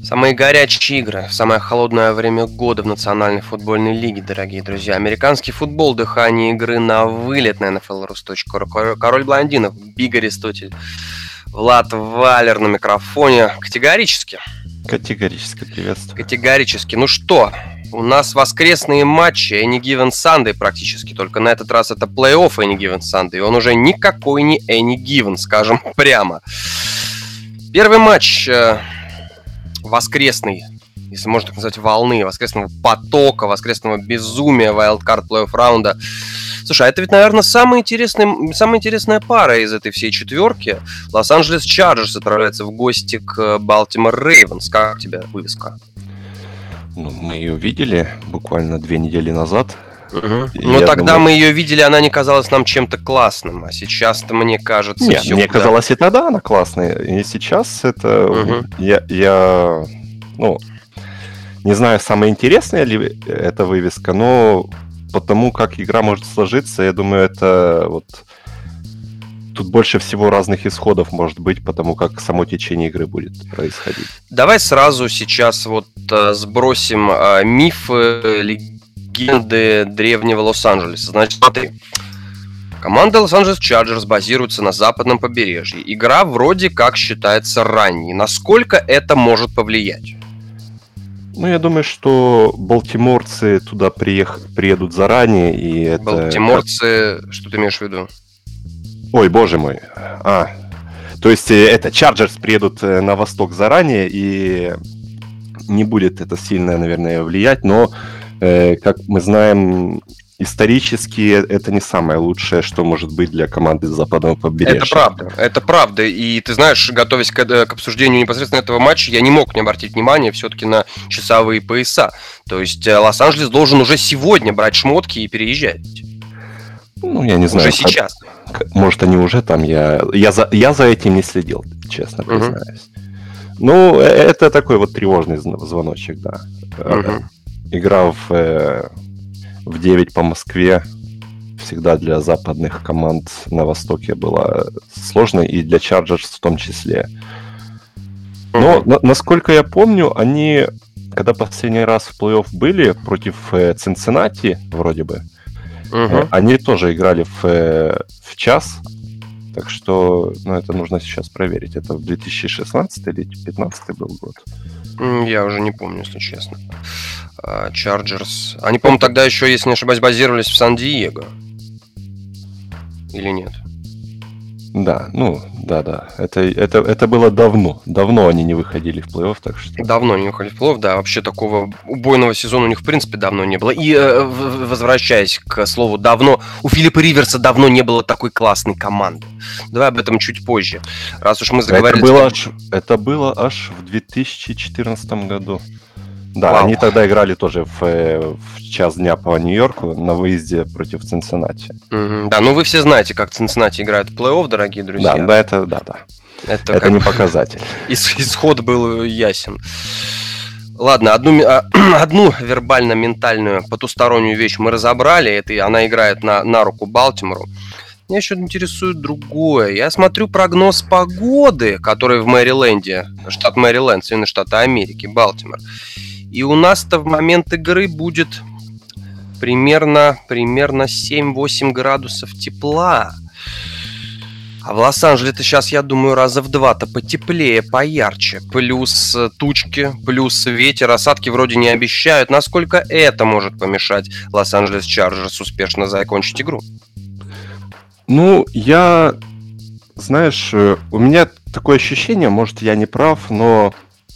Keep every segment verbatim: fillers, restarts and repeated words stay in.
Самые горячие игры, самое холодное время года в Национальной футбольной лиге, дорогие друзья. Американский футбол, дыхание игры на вылет на эн эф эл рус точка ру. Король блондинов, Биг Аристотель, Влад Валер на микрофоне. Категорически. Категорически приветствую. Категорически. Ну что, у нас воскресные матчи, Any Given Sunday практически, только на этот раз это плей-офф Any Given Sunday, он уже никакой не Any Given, скажем прямо. Первый матч э, воскресный, если можно так назвать, волны, воскресного потока, воскресного безумия wildcard плей-офф раунда. Слушай, а это ведь, наверное, самая интересная, самая интересная пара из этой всей четверки. Лос-Анджелес Чарджерс отправляется в гости к Балтимор Рейвенс. Как тебе вывеска? Ну, мы ее видели буквально две недели назад. Угу. Но тогда думаю... мы ее видели, она не казалась нам чем-то классным. А сейчас-то, мне кажется, Нет, все мне куда... казалось и тогда она классная. И сейчас это... Угу. Я, я... Ну, не знаю, самая интересная ли эта вывеска, но... Потому как игра может сложиться, я думаю, это вот... Тут больше всего разных исходов может быть, потому как само течение игры будет происходить. Давай сразу сейчас вот а, сбросим а, мифы, легенды древнего Лос-Анджелеса. Значит, смотри. Команда Лос-Анджелес Чарджерс базируется на западном побережье. Игра вроде как считается ранней. Насколько это может повлиять? Ну, я думаю, что балтиморцы туда приех... приедут заранее, и это... Балтиморцы... Как... Что ты имеешь в виду? Ой, боже мой. А, то есть это Чарджерс приедут на восток заранее, и не будет это сильно, наверное, влиять, но, э, как мы знаем... Исторически это не самое лучшее, что может быть для команды западного побережья. Это правда, это правда. И ты знаешь, готовясь к, к обсуждению непосредственно этого матча, я не мог не обратить внимания все-таки на часовые пояса. То есть Лос-Анджелес должен уже сегодня брать шмотки и переезжать. Ну, я не знаю. Уже сейчас. Может, они уже там. Я, я, за, я за этим не следил, честно признаюсь. Uh-huh. Ну, это такой вот тревожный звоночек, да. Uh-huh. Игра в... В девять по Москве всегда для западных команд на Востоке была сложной, и для Chargers в том числе. Но, mm-hmm. на, насколько я помню, они, когда последний раз в плей-офф были против э, Цинциннати, вроде бы, mm-hmm. э, они тоже играли в, э, в час. Так что, ну, это нужно сейчас проверить. Это в две тысячи шестнадцатый или две тысячи пятнадцатый был год. Я уже не помню, если честно. Чарджерс. Они, по-моему, тогда еще, если не ошибаюсь, базировались в Сан-Диего. Или нет? Да, ну, да-да. Это, это, это было давно. Давно они не выходили в плей-офф, так что... Давно не выходили в плей-офф, да. Вообще такого убойного сезона у них, в принципе, давно не было. И, э, возвращаясь к слову «давно», у Филиппа Риверса давно не было такой классной команды. Давай об этом чуть позже. Раз уж мы заговорили... Это было аж, это было аж в две тысячи четырнадцатом году. Да, Вау. Они тогда играли тоже в, в час дня по Нью-Йорку на выезде против Цинциннати. Mm-hmm. Да, ну вы все знаете, как Цинциннати играет в плей-офф, дорогие друзья. Да, да, это, да, да. Это, это не показатель. Исход был ясен. Ладно, одну, одну вербально-ментальную потустороннюю вещь мы разобрали. Это она играет на, на руку Балтимору. Меня еще интересует другое. Я смотрю прогноз погоды, который в Мэриленде, штат Мэриленд, Соединенные Штаты Америки, Балтимор. И у нас-то в момент игры будет примерно, примерно семь-восемь градусов тепла. А в Лос-Анджелесе сейчас, я думаю, раза в два-то потеплее, поярче. Плюс тучки, плюс ветер, осадки вроде не обещают. Насколько это может помешать Лос-Анджелес Чарджерс успешно закончить игру? Ну, я... Знаешь, у меня такое ощущение, может, я не прав, но...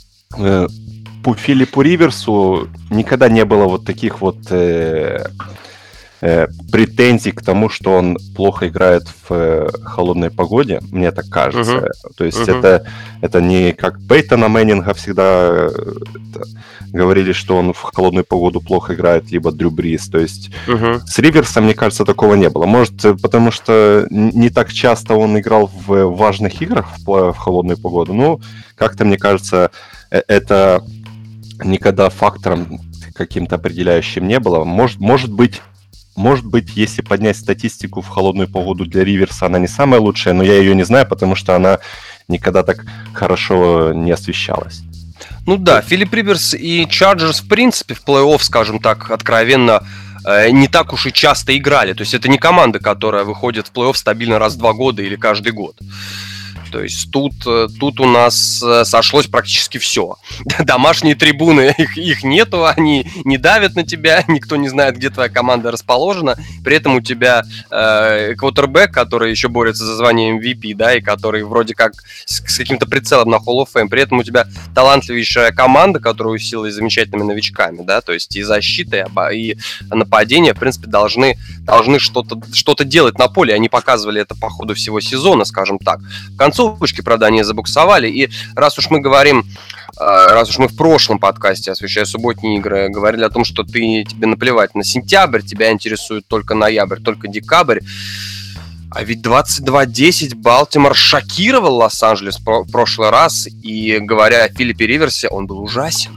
По Филиппу Риверсу никогда не было вот таких вот э, э, претензий к тому, что он плохо играет в э, холодной погоде, мне так кажется. Uh-huh. То есть uh-huh. это, это не как Пейтона Мэннинга всегда это, говорили, что он в холодную погоду плохо играет, либо Дрю Бриз. То есть uh-huh. с Риверсом, мне кажется, такого не было. Может, потому что не так часто он играл в важных играх в, в холодную погоду. Ну, как-то, мне кажется, это... никогда фактором каким-то определяющим не было. Может, может быть, может быть, если поднять статистику в холодную погоду для Риверса, она не самая лучшая, но я ее не знаю, потому что она никогда так хорошо не освещалась. Ну да, Филипп Риверс и Чарджерс, в принципе, в плей-офф, скажем так, откровенно, не так уж и часто играли. То есть это не команда, которая выходит в плей-офф стабильно раз в два года или каждый год. То есть тут, тут у нас сошлось практически все. Домашние трибуны, их, их нету, они не давят на тебя, никто не знает, где твоя команда расположена. При этом у тебя э, квотербэк, который еще борется за звание эм ви пи, да, и который вроде как с, с каким-то прицелом на Hall of Fame. При этом у тебя талантливейшая команда, которая усилилась замечательными новичками, да, то есть и защита, и, и нападение, в принципе, должны, должны что-то, что-то делать на поле. Они показывали это по ходу всего сезона, скажем так. В конце правда, они забуксовали. И раз уж мы говорим, раз уж мы в прошлом подкасте, освещая субботние игры, говорили о том, что ты, тебе наплевать на сентябрь, тебя интересует только ноябрь, только декабрь, а ведь двадцать два десять Балтимор шокировал Лос-Анджелес в прошлый раз, и говоря о Филиппе Риверсе, он был ужасен.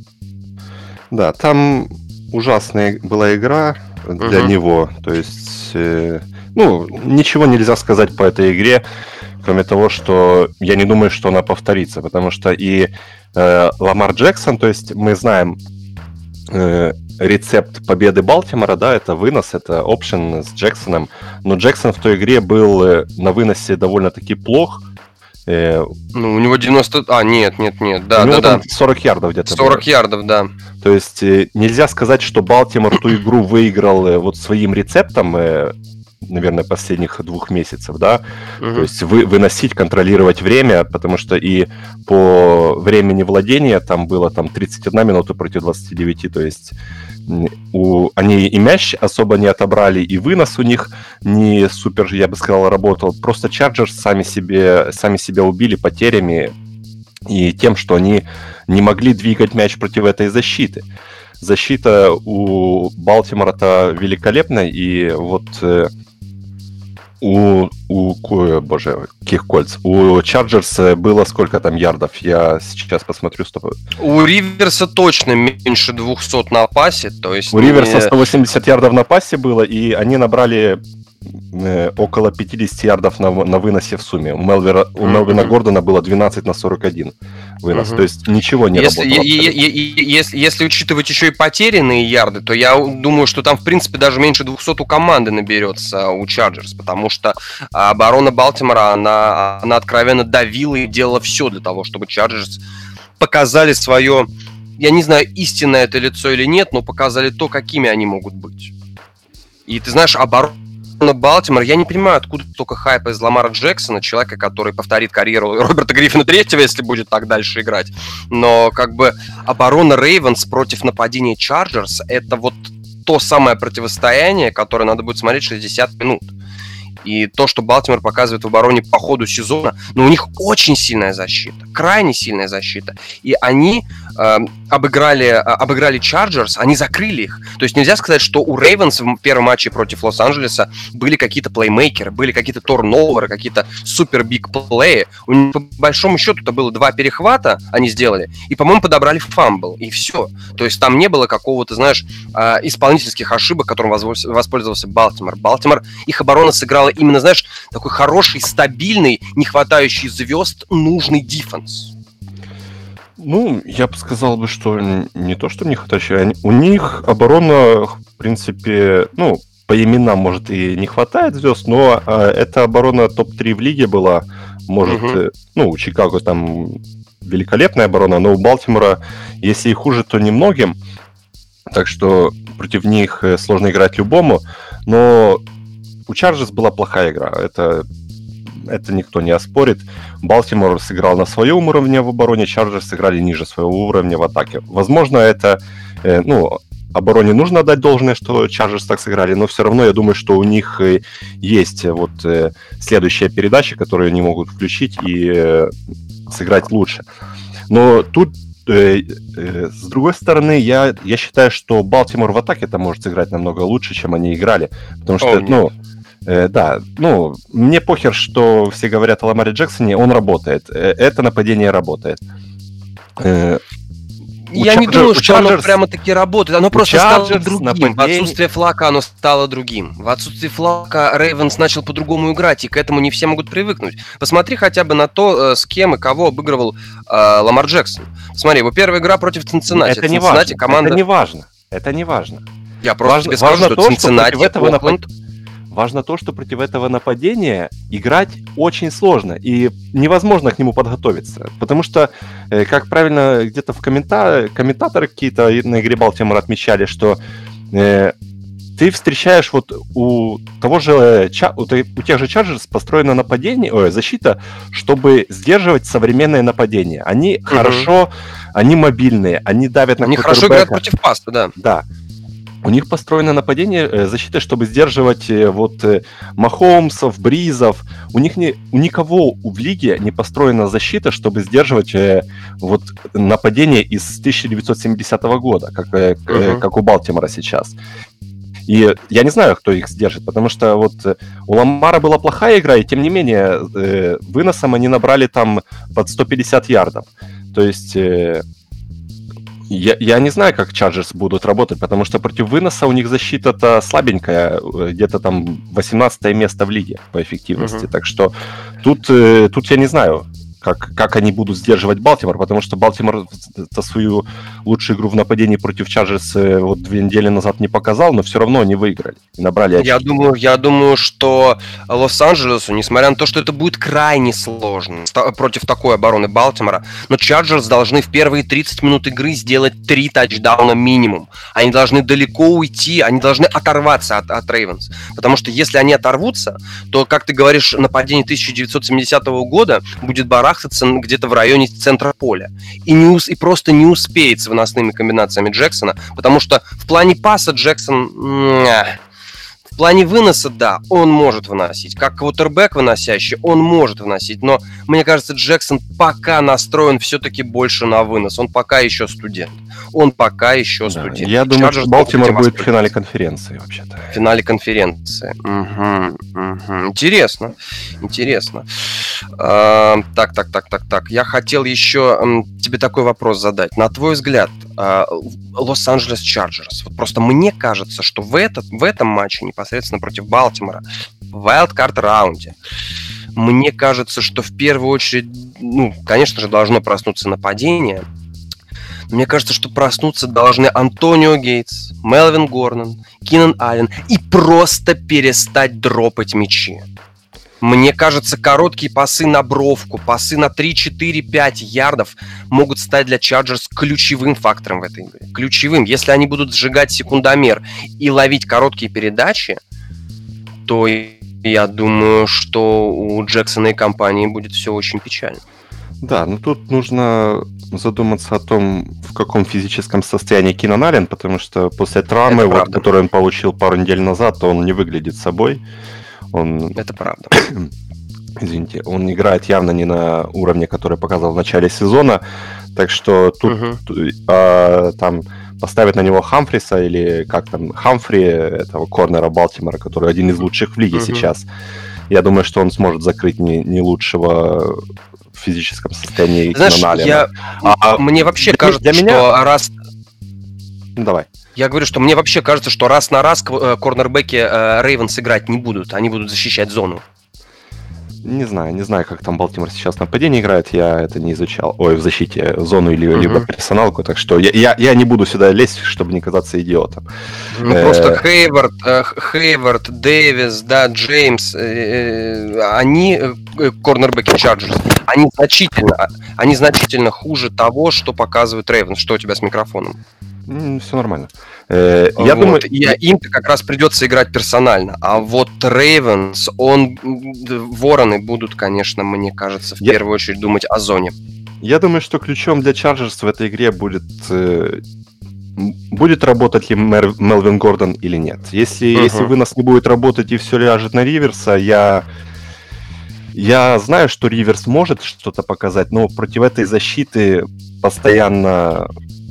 Да, там ужасная была игра для uh-huh. него, то есть, э, ну, ничего нельзя сказать по этой игре, кроме того, что я не думаю, что она повторится, потому что и э, Ламар Джексон, то есть мы знаем э, рецепт победы Балтимора, да, это вынос, это опшен с Джексоном, но Джексон в той игре был э, на выносе довольно-таки плох. Э, ну, у него девяносто... А, нет, нет, нет, да, у него да, там да. сорок ярдов где-то сорок было. ярдов, да. То есть э, нельзя сказать, что Балтимор ту игру выиграл э, вот своим рецептом, э, наверное, последних двух месяцев, да, uh-huh. то есть вы, выносить, контролировать время, потому что и по времени владения там было там тридцать одна минута против двадцати девяти, то есть у, они и мяч особо не отобрали, и вынос у них не супер, я бы сказал, работал, просто Чарджерс сами себе, сами себя убили потерями и тем, что они не могли двигать мяч против этой защиты. Защита у Балтимора-то великолепная, и вот у, у, боже, каких кольц? У Чарджерс было сколько там ярдов? Я сейчас посмотрю. Стоп. У Риверса точно меньше двухсот на пасе. То есть у не... Риверса сто восемьдесят ярдов на пасе было, и они набрали э, около пятьдесят ярдов на, на выносе в сумме. У, Мелвера, у mm-hmm. Мелвина Гордона было двенадцать на сорок один вынос. Mm-hmm. То есть ничего не если, работало. Е- е- е- если, если учитывать еще и потерянные ярды, то я думаю, что там, в принципе, даже меньше двухсот у команды наберется у Чарджерс, потому что оборона Балтимора, она, она откровенно давила и делала все для того, чтобы Чарджерс показали свое, я не знаю, истинное это лицо или нет, но показали то, какими они могут быть. И ты знаешь, оборона Балтимор, я не понимаю, откуда только хайп из Ламара Джексона, человека, который повторит карьеру Роберта Гриффина третьего, если будет так дальше играть. Но как бы оборона Рейвенс против нападения Чарджерс — это вот то самое противостояние, которое надо будет смотреть шестьдесят минут. И то, что Балтимор показывает в обороне по ходу сезона, ну, у них очень сильная защита, крайне сильная защита. И они э, обыграли, э, обыграли Чарджерс, они закрыли их. То есть нельзя сказать, что у Рейвенс в первом матче против Лос-Анджелеса были какие-то плеймейкеры, были какие-то торноверы, какие-то супер-биг плеи. У них, по большому счету, это было два перехвата, они сделали, и, по-моему, подобрали фамбл, и все. То есть там не было какого-то, знаешь, э, исполнительских ошибок, которым воспользовался Балтимор. Балтимор, их оборона сыграла именно, знаешь, такой хороший, стабильный, не хватающий звезд, нужный дефенс. Ну, я бы сказал бы, что не то, что не хватающий, у них оборона, в принципе, ну, по именам, может, и не хватает звезд, но а, эта оборона топ-три в лиге была, может, угу. ну, у Чикаго там великолепная оборона, но у Балтимора, если и хуже, то немногим, так что против них сложно играть любому, но у Чарджерс была плохая игра, это, это никто не оспорит. Балтимор сыграл на своем уровне в обороне, Чарджерс сыграли ниже своего уровня в атаке. Возможно, это, э, ну, обороне нужно отдать должное, что Чарджерс так сыграли, но все равно я думаю, что у них э, есть вот э, следующая передача, которую они могут включить и э, сыграть лучше. Но тут Э, э, с другой стороны, я, я считаю, что Балтимор в атаке это может сыграть намного лучше, чем они играли. Потому что, oh, ну, э, да, ну, мне похер, что все говорят о Ламаре Джексоне, он работает. Э, это нападение работает. Э, Я Chargers, не думаю, что Chargers, оно прямо-таки работает. Оно просто Chargers стало другим. нападение... В отсутствие Флака оно стало другим. В отсутствие Флака Рейвенс начал по-другому играть, и к этому не все могут привыкнуть. Посмотри хотя бы на то, с кем и кого обыгрывал э, Ламар Джексон. Смотри, его первая игра против Цинциннати. Это не Цинциннати важно. команда... Это не важно. Это не важно. Я просто важно, тебе скажу, важно что то, Цинциннати, что этого Окленд... напад... Важно то, что против этого нападения играть очень сложно, и невозможно к нему подготовиться. Потому что, как правильно где-то в коммента... комментаторы какие-то на игре Балтимора отмечали, что э, ты встречаешь вот у того же, у тех же Chargers построено нападение, ой, защита, чтобы сдерживать современное нападение. Они угу. хорошо, они мобильные, они давят на Они хорошо играют против паста, да. Да. У них построено нападение, защита, чтобы сдерживать вот Махомсов, Бризов. У них не, у никого в лиге не построена защита, чтобы сдерживать вот нападение из тысяча девятьсот семидесятого года, как, uh-huh. как у Балтимора сейчас. И я не знаю, кто их сдержит, потому что вот у Ламара была плохая игра, и тем не менее выносом они набрали там под сто пятьдесят ярдов. То есть... Я, я не знаю, как Chargers будут работать, потому что против выноса у них защита-то слабенькая, где-то там восемнадцатое место в лиге по эффективности. Uh-huh. Так что тут, тут я не знаю, как, как они будут сдерживать Балтимор, потому что Балтимор свою лучшую игру в нападении против Chargers вот две недели назад не показал, но все равно они выиграли и набрали очки. Я думаю, я думаю, что Лос-Анджелесу, несмотря на то, что это будет крайне сложно против такой обороны Балтимора, но Chargers должны в первые тридцать минут игры сделать три тачдауна минимум. Они должны далеко уйти, они должны оторваться от, от Ravens. Потому что если они оторвутся, то, как ты говоришь, нападение тысяча девятьсот семидесятого года будет барахтаться где-то в районе центра поля. И, не, и просто не успеет с выносными комбинациями Джексона, потому что в плане паса Джексон... В плане выноса, да, он может выносить. Как квотербэк выносящий, он может выносить. Но, мне кажется, Джексон пока настроен все-таки больше на вынос. Он пока еще студент. Он пока еще студент. Да, я думаю, что Балтимор будет в финале конференции, вообще-то. В финале конференции. Угу, угу. Интересно. Интересно. А, так, так, так, так, так. Я хотел еще м, тебе такой вопрос задать. На твой взгляд, Лос-Анджелес Чарджерс. Вот просто мне кажется, что в, этот, в этом матче непосредственно против Балтимора в wildcard раунде мне кажется, что в первую очередь, ну, конечно же, должно проснуться нападение. Мне кажется, что проснуться должны Антонио Гейтс, Мелвин Гордон, Кинан Аллен и просто перестать дропать мячи. Мне кажется, короткие пасы на бровку, пасы на три, четыре, пять ярдов могут стать для Chargers ключевым фактором в этой игре. Ключевым. Если они будут сжигать секундомер и ловить короткие передачи, то я думаю, что у Джексона и компании будет все очень печально. Да, но тут нужно задуматься о том, в каком физическом состоянии Кинан Аллен, потому что после травмы, вот, которую он получил пару недель назад, он не выглядит собой. Он... Это правда. Извините, он играет явно не на уровне, который показал в начале сезона, так что тут uh-huh. а, там поставить на него Хамфриса или как там, Хамфри, этого корнера Балтимора, который один из лучших в лиге uh-huh. сейчас. Я думаю, что он сможет закрыть не, не лучшего в физическом состоянии. Знаешь, я... а, мне вообще для, кажется, для меня... что раз... Давай. Я говорю, что мне вообще кажется, что раз на раз корнербеки Рейвенс играть не будут. Они будут защищать зону. Не знаю, не знаю, как там Балтимор сейчас в нападении играет. Я это не изучал. Ой, в защите зону или uh-huh. либо персоналку. Так что я, я, я не буду сюда лезть, чтобы не казаться идиотом. Ну, э- просто Хейвард, э- Хейвард, Дэвис, да, Джеймс, э- они, э- корнербеки Чарджерс, они значительно, они значительно хуже того, что показывает Рейвенс. Что у тебя с микрофоном? Все нормально. Э, я вот. думаю, и им-то как раз придется играть персонально. А вот Рейвенс, он, вороны будут, конечно, мне кажется, в я... первую очередь думать о зоне. Я думаю, что ключом для Chargers в этой игре будет э, будет работать ли Мер... Мелвин Гордон или нет. Если, uh-huh. если вынос не будет работать и все ляжет на Риверса, я я знаю, что Риверс может что-то показать, но против этой защиты постоянно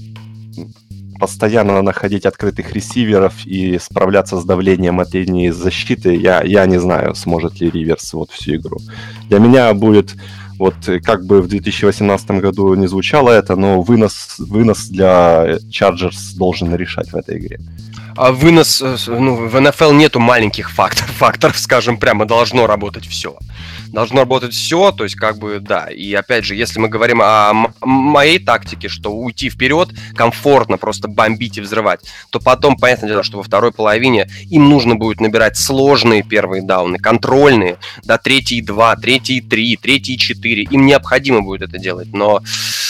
постоянно находить открытых ресиверов и справляться с давлением от линии защиты, я, я не знаю, сможет ли Риверс вот всю игру. Для меня будет Вот как бы в две тысячи восемнадцатом году не звучало это, но вынос, вынос для Chargers должен решать в этой игре. А вынос, ну, в эн эф эл нету маленьких факторов, факторов, скажем прямо, должно работать все. Должно работать все, то есть как бы, да. И опять же, если мы говорим о м- моей тактике, что уйти вперед, комфортно просто бомбить и взрывать, то потом, понятное дело, что во второй половине им нужно будет набирать сложные первые дауны, контрольные, да, третий и два, третий и три, третий и четыре. Им необходимо будет это делать, но...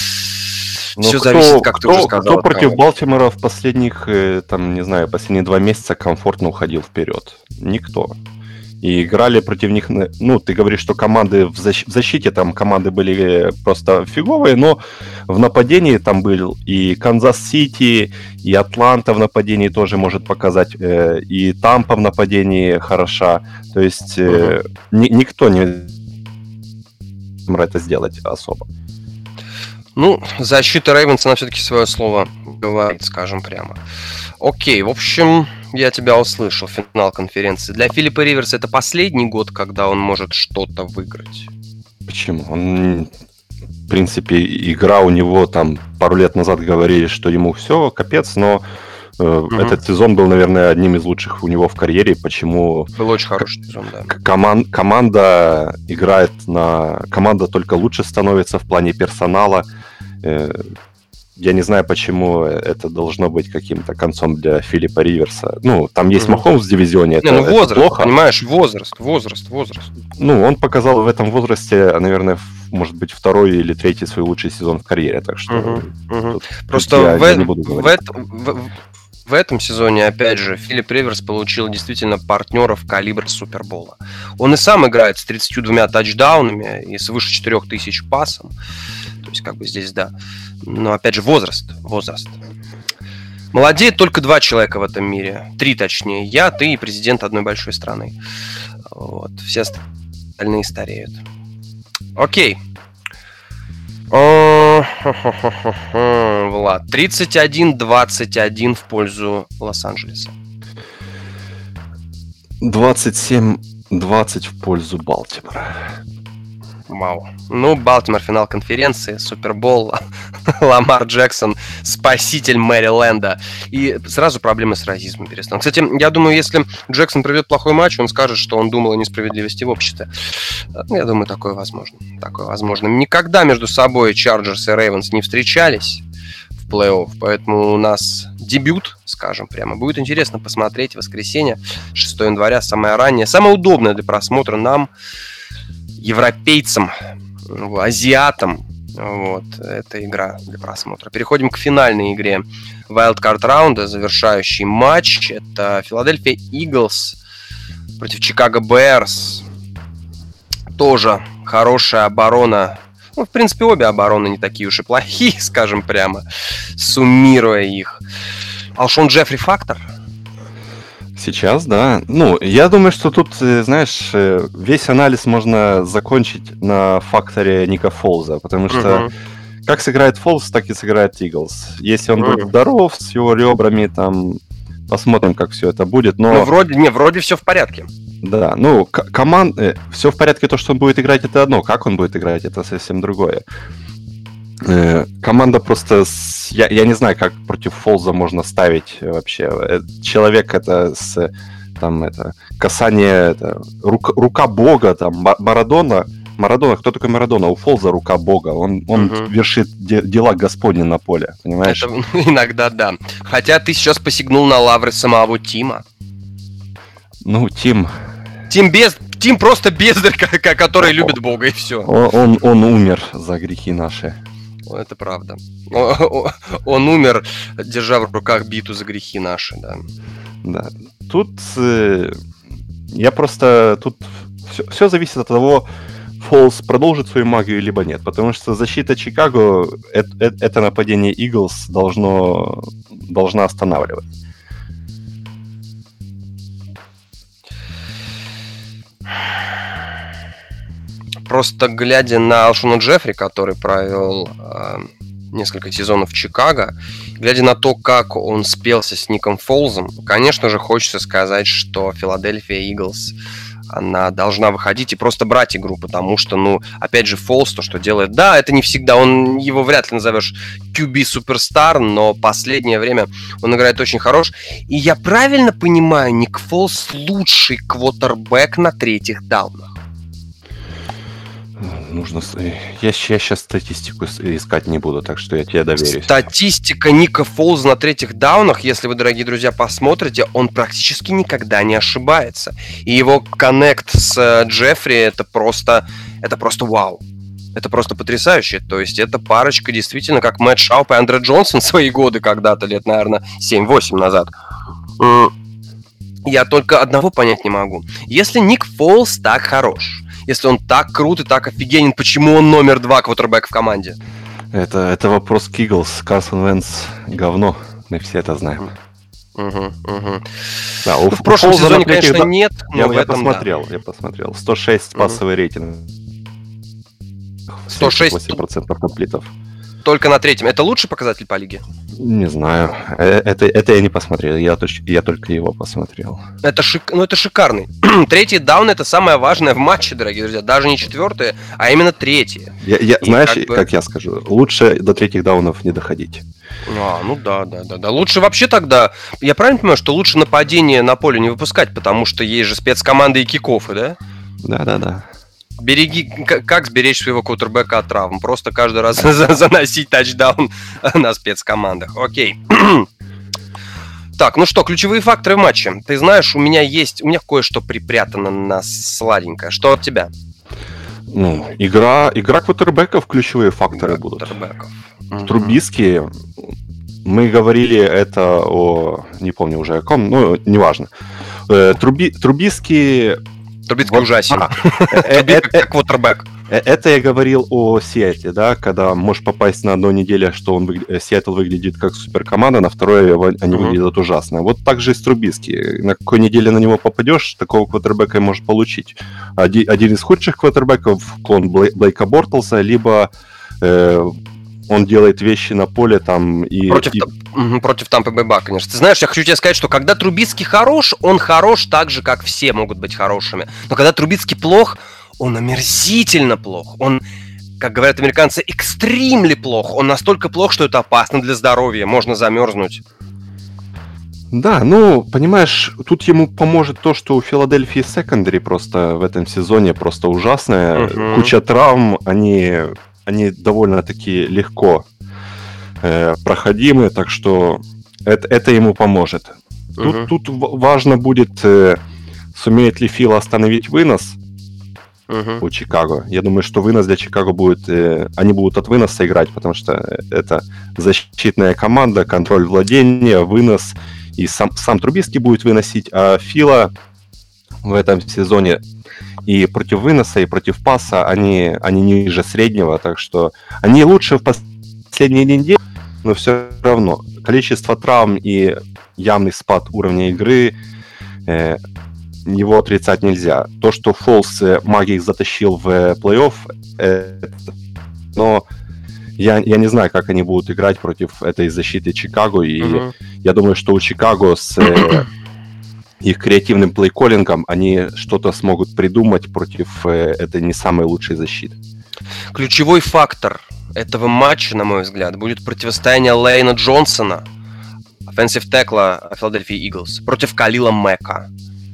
Но все кто, зависит, как кто, ты уже сказал. Кто против Балтимора в последних, там, не знаю, последние два месяца комфортно уходил вперед? Никто. И играли против них, ну, ты говоришь, что команды в, защ- в защите, там команды были просто фиговые, но в нападении там был и Канзас-Сити, и Атланта в нападении тоже может показать, э, и Тампа в нападении хороша. То есть э, uh-huh. ни- никто не может это сделать особо. Ну, защита Рейвенса, она все-таки свое слово говорит, скажем прямо. Окей, в общем, я тебя услышал, финал конференции. Для Филиппа Риверса это последний год, когда он может что-то выиграть? Почему? Он, в принципе, игра у него там пару лет назад говорили, что ему все, капец, но э, угу. этот сезон был, наверное, одним из лучших у него в карьере. Почему? Был очень хороший сезон, да. Коман- команда играет на... Команда только лучше становится в плане персонала. Э, Я не знаю, почему это должно быть каким-то концом для Филиппа Риверса. Ну, там есть mm-hmm. Махомс в дивизионе, это, не, ну, возраст, это плохо. Понимаешь, возраст, возраст, возраст. Ну, он показал в этом возрасте, наверное, может быть, второй или третий свой лучший сезон в карьере, так что... Mm-hmm. Mm-hmm. Тут, Просто тут я, в, я не буду в, в, в этом сезоне, опять же, Филипп Риверс получил действительно партнеров калибра Супербола. Он и сам играет с тридцатью двумя тачдаунами и свыше четырех тысяч пасом. То есть, как бы здесь, да. Но, опять же, возраст. Возраст. Молодеет только два человека в этом мире. Три, точнее. Я, ты и президент одной большой страны. Вот. Все остальные стареют. Окей. Влад. тридцать один двадцать один в пользу Лос-Анджелеса. двадцать семь двадцать в пользу Балтимора. Вау. Ну, Балтимор, финал конференции, Супербол, Ламар Джексон, спаситель Мэриленда. И сразу проблемы с расизмом перестанут. Кстати, я думаю, если Джексон проведет плохой матч, он скажет, что он думал о несправедливости в обществе. Я думаю, такое возможно. Такое возможно. Никогда между собой Чарджерс и Рейвенс не встречались в плей-офф, поэтому у нас дебют, скажем прямо. Будет интересно посмотреть в воскресенье, шестого января, самое раннее, самое удобное для просмотра нам, европейцам, азиатам. Вот, это игра для просмотра. Переходим к финальной игре Wildcard раунда, завершающий матч. Это Филадельфия Иглс против Чикаго Берс. Тоже хорошая оборона. Ну, в принципе, обе обороны не такие уж и плохие, скажем прямо, суммируя их. Алшон Джеффри фактор? Сейчас, да. Ну, я думаю, что тут, знаешь, весь анализ можно закончить на факторе Ника Фолза, потому что uh-huh. как сыграет Фолз, так и сыграет Иглс. Если он uh-huh. будет здоров, с его ребрами, там, посмотрим, как все это будет, но... Ну, вроде, не, вроде все в порядке. Да, ну, к- команд... все в порядке, то, что он будет играть, это одно, как он будет играть, это совсем другое. Команда просто... С... Я, я не знаю, как против Фолза можно ставить вообще. Человек это с... Там это... Касание... Это, рука, рука бога, там, Марадона... Марадона, кто такой Марадона? У Фолза рука бога. Он, он угу. вершит де- дела Господни на поле, понимаешь? Это, иногда да. Хотя ты сейчас посягнул на лавры самого Тима. Ну, Тим... Тим без... Тим просто бездарь, который любит бога, и все. Он, он, он умер за грехи наши. Это правда. Он умер, держа в руках биту за грехи наши, да. Да. Тут э, я просто... Тут все, все зависит от того, Фолз продолжит свою магию либо нет. Потому что защита Чикаго, это, это нападение Иглс должно, должна останавливать. Просто глядя на Алшона Джеффри, который провел э, несколько сезонов в Чикаго, глядя на то, как он спелся с Ником Фолзом, конечно же, хочется сказать, что Филадельфия Иглс она должна выходить и просто брать игру, потому что, ну, опять же, Фолс, то, что делает, да, это не всегда, он его вряд ли назовешь кью би-суперстар, но последнее время он играет очень хорош. И я правильно понимаю, Ник Фолс лучший квотербэк на третьих даунах? Нужно... Я, я сейчас статистику искать не буду, так что я тебе доверюсь. Статистика Ника Фолза на третьих даунах, если вы, дорогие друзья, посмотрите, он практически никогда не ошибается. И его коннект с Джеффри это просто, это просто вау. Это просто потрясающе. То есть это парочка действительно как Мэтт Шауп и Андре Джонсон в свои годы когда-то, лет, наверное, семь-восемь назад. Я только одного понять не могу. Если Ник Фолз так хорош, если он так крут и так офигенен, почему он номер два квотербэк в команде? Это, это вопрос к Иглс. Карсон Венс говно. Мы все это знаем. Угу, угу. Да, у, ну, в прошлом сезоне, конечно, да... нет, но я, в я этом, посмотрел, да. я посмотрел. сто шесть угу. пассовый рейтинг. сто шесть восемь процентов комплитов. Только на третьем. Это лучший показатель по лиге? Не знаю. Это, это я не посмотрел. Я, я только его посмотрел. Это, шик... ну, это шикарный. Третий даун — это самое важное в матче, дорогие друзья. Даже не четвертое, а именно третье. Я, я, знаешь, как, бы... как я скажу, лучше до третьих даунов не доходить. А, ну да, да, да, да. Лучше вообще тогда... Я правильно понимаю, что лучше нападение на поле не выпускать, потому что есть же спецкоманды и кикофы, да? Да-да-да. Береги, как сберечь своего квотербека от травм? Просто каждый раз заносить тачдаун на спецкомандах. Окей. Так, ну что, ключевые факторы в матче. Ты знаешь, у меня есть, у меня кое-что припрятано на сладенькое. Что от тебя? Ну, игра, игра квотербеков, ключевые факторы игра будут. Угу. Трубиски, мы говорили это о, не помню уже о ком, ну, неважно. Труби, Трубиски... Трубицкий вот, ужасен. А, как квотербэк. Это я говорил о Сиэтле, да, когда можешь попасть на одну неделю, что он Сиэтл выглядит как суперкоманда, на второе они uh-huh. выглядят ужасно. Вот так же и с Трубиски. На какой неделе на него попадешь, такого квотербека и можешь получить. Один, один из худших квотербеков, клон Блейка Бортлса, либо э, он делает вещи на поле там и... Против, и... против Тампа Бэй Бак, конечно. Ты знаешь, я хочу тебе сказать, что когда Трубицкий хорош, он хорош так же, как все могут быть хорошими. Но когда Трубицкий плох, он омерзительно плох. Он, как говорят американцы, экстримли плох. Он настолько плох, что это опасно для здоровья. Можно замерзнуть. Да, ну, понимаешь, тут ему поможет то, что у Филадельфии секондари просто в этом сезоне просто ужасная. Uh-huh. Куча травм, они... они довольно-таки легко э, проходимы, так что это, это ему поможет. Uh-huh. Тут, тут важно будет, э, сумеет ли Фил остановить вынос uh-huh. у Чикаго. Я думаю, что вынос для Чикаго будет... Э, они будут от выноса играть, потому что это защитная команда, контроль владения, вынос, и сам, сам Трубиски будет выносить, а Фила в этом сезоне... И против выноса, и против паса они, они ниже среднего, так что они лучше в последние недели, но все равно количество травм и явный спад уровня игры э, его отрицать нельзя. То, что Фолс магии затащил в плей-офф, э, но я, я не знаю, как они будут играть против этой защиты Чикаго, и uh-huh. я думаю, что у Чикаго с... Э, их креативным плей-коллингом они что-то смогут придумать против э, этой не самой лучшей защиты. Ключевой фактор этого матча, на мой взгляд, будет противостояние Лейна Джонсона, offensive tackle Philadelphia Eagles, против Калила Мэка,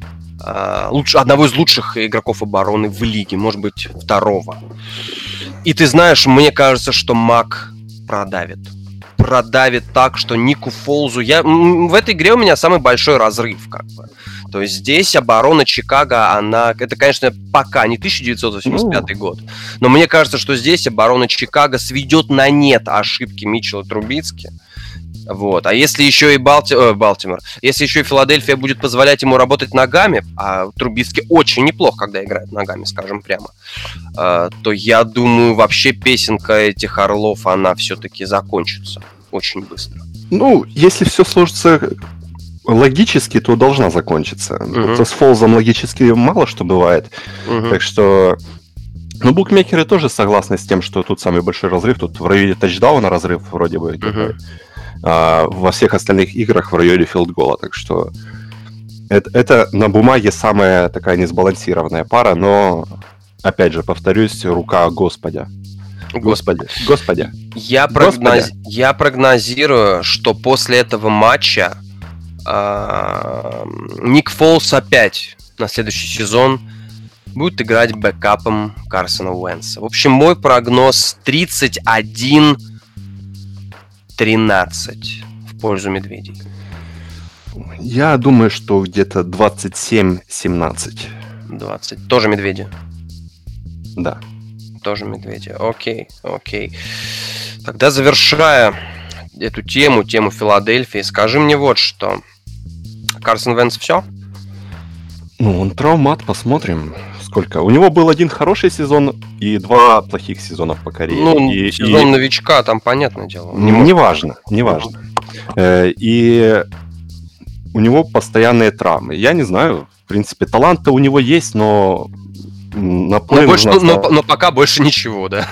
э, луч, одного из лучших игроков обороны в лиге, может быть, второго. И ты знаешь, мне кажется, что Мак продавит. продавит так, что Нику Фолзу... Я... В этой игре у меня самый большой разрыв, как бы. То есть здесь оборона Чикаго, она... Это, конечно, пока не тысяча девятьсот восемьдесят пятый ну. год, но мне кажется, что здесь оборона Чикаго сведет на нет ошибки Митчелла Трубицки. Вот. А если еще и Балти... О, Балтимор, если еще и Филадельфия будет позволять ему работать ногами, а Трубицкий очень неплох, когда играет ногами, скажем прямо, э, то я думаю, вообще песенка этих орлов, она все-таки закончится очень быстро. Ну, если все сложится логически, то должна закончиться. Uh-huh. С Фолзом логически мало что бывает. Uh-huh. Так что... Ну, букмекеры тоже согласны с тем, что тут самый большой разрыв. Тут в районе тачдауна разрыв вроде бы. Uh-huh. А во всех остальных играх в районе филдгола. Так что Это, это на бумаге самая такая несбалансированная пара, но, опять же, повторюсь, рука Господа. Господи. Господи. Я, прогноз... Я прогнозирую, что после этого матча э... Ник Фолс опять на следующий сезон будет играть бэкапом Карсона Уэнтса. В общем, мой прогноз тридцать один тринадцать в пользу медведей. Я думаю, что где-то двадцать семь семнадцать. двадцать. Тоже медведи? Да. Тоже медведи. Окей, окей. Тогда, завершая эту тему, тему Филадельфии, скажи мне вот что. Карсон Венц все? Ну, он травмат, посмотрим. Сколько? У него был один хороший сезон и два плохих сезона по карьере. Ну, и, сезон и... новичка, там понятное дело. Не, не важно, не важно. И у него постоянные травмы. Я не знаю, в принципе, талант-то у него есть, но на поле но, больше, нужно... но, но пока больше ничего, да?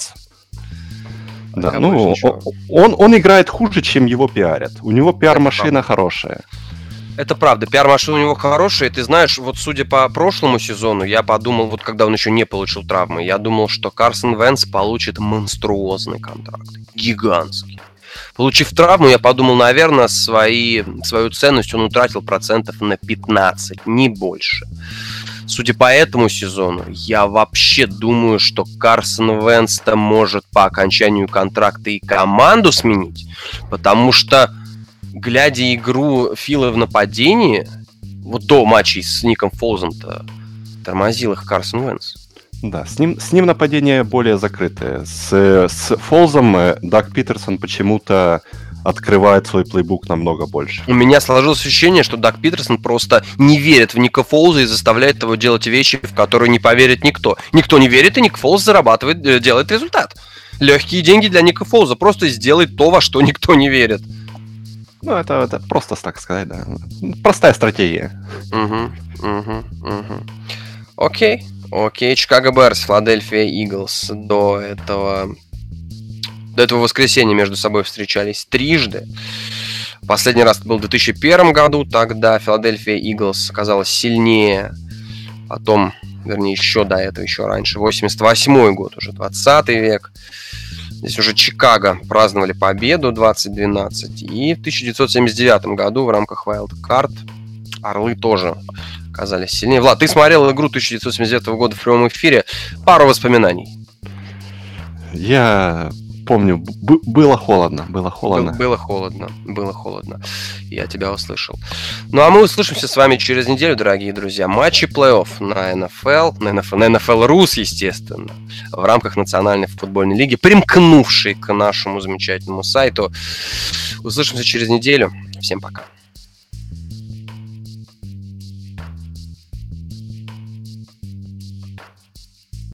Да, ну, он, он играет хуже, чем его пиарят. У него пиар-машина хорошая. Это правда, пиар-машина у него хорошая, и ты знаешь, вот судя по прошлому сезону, я подумал, вот когда он еще не получил травмы, я думал, что Карсон Венц получит монструозный контракт, гигантский. Получив травму, я подумал, наверное, свои, свою ценность он утратил процентов на пятнадцать, не больше. Судя по этому сезону, я вообще думаю, что Карсон Венц-то может по окончанию контракта и команду сменить, потому что глядя игру Фила в нападении, вот до матчей с Ником Фолзом-то тормозил их Карсон Венц. Да, с ним, с ним нападение более закрытое. С, с Фолзом Даг Питерсон почему-то открывает свой плейбук намного больше. У меня сложилось ощущение, что Даг Питерсон просто не верит в Ника Фолза и заставляет его делать вещи, в которые не поверит никто. Никто не верит, и Ник Фолз зарабатывает, делает результат. Легкие деньги для Ника Фолза. Просто сделает то, во что никто не верит. Ну, это, это просто так сказать, да. Простая стратегия. Угу, угу, угу. Окей, окей. Чикаго Берс, Филадельфия Иглс до этого... До этого воскресенья между собой встречались трижды. Последний раз это был в две тысячи первом году. Тогда Филадельфия Иглс оказалась сильнее. Потом, вернее, еще до этого, еще раньше. восемьдесят восьмой год, уже двадцатый век. Здесь уже Чикаго праздновали победу двадцать двенадцать. И в тысяча девятьсот семьдесят девятом году в рамках Wild Card Орлы тоже оказались сильнее. Влад, ты смотрел игру тысяча девятьсот семьдесят девятого года в прямом эфире. Пару воспоминаний. Я помню, б- было холодно, было холодно. Был, было холодно, было холодно. Я тебя услышал. Ну, а мы услышимся с вами через неделю, дорогие друзья. Матчи плей-офф на эн эф эл, на эн эф эл, на эн эф эл Рус, естественно, в рамках Национальной футбольной лиги, примкнувшей к нашему замечательному сайту. Услышимся через неделю. Всем пока.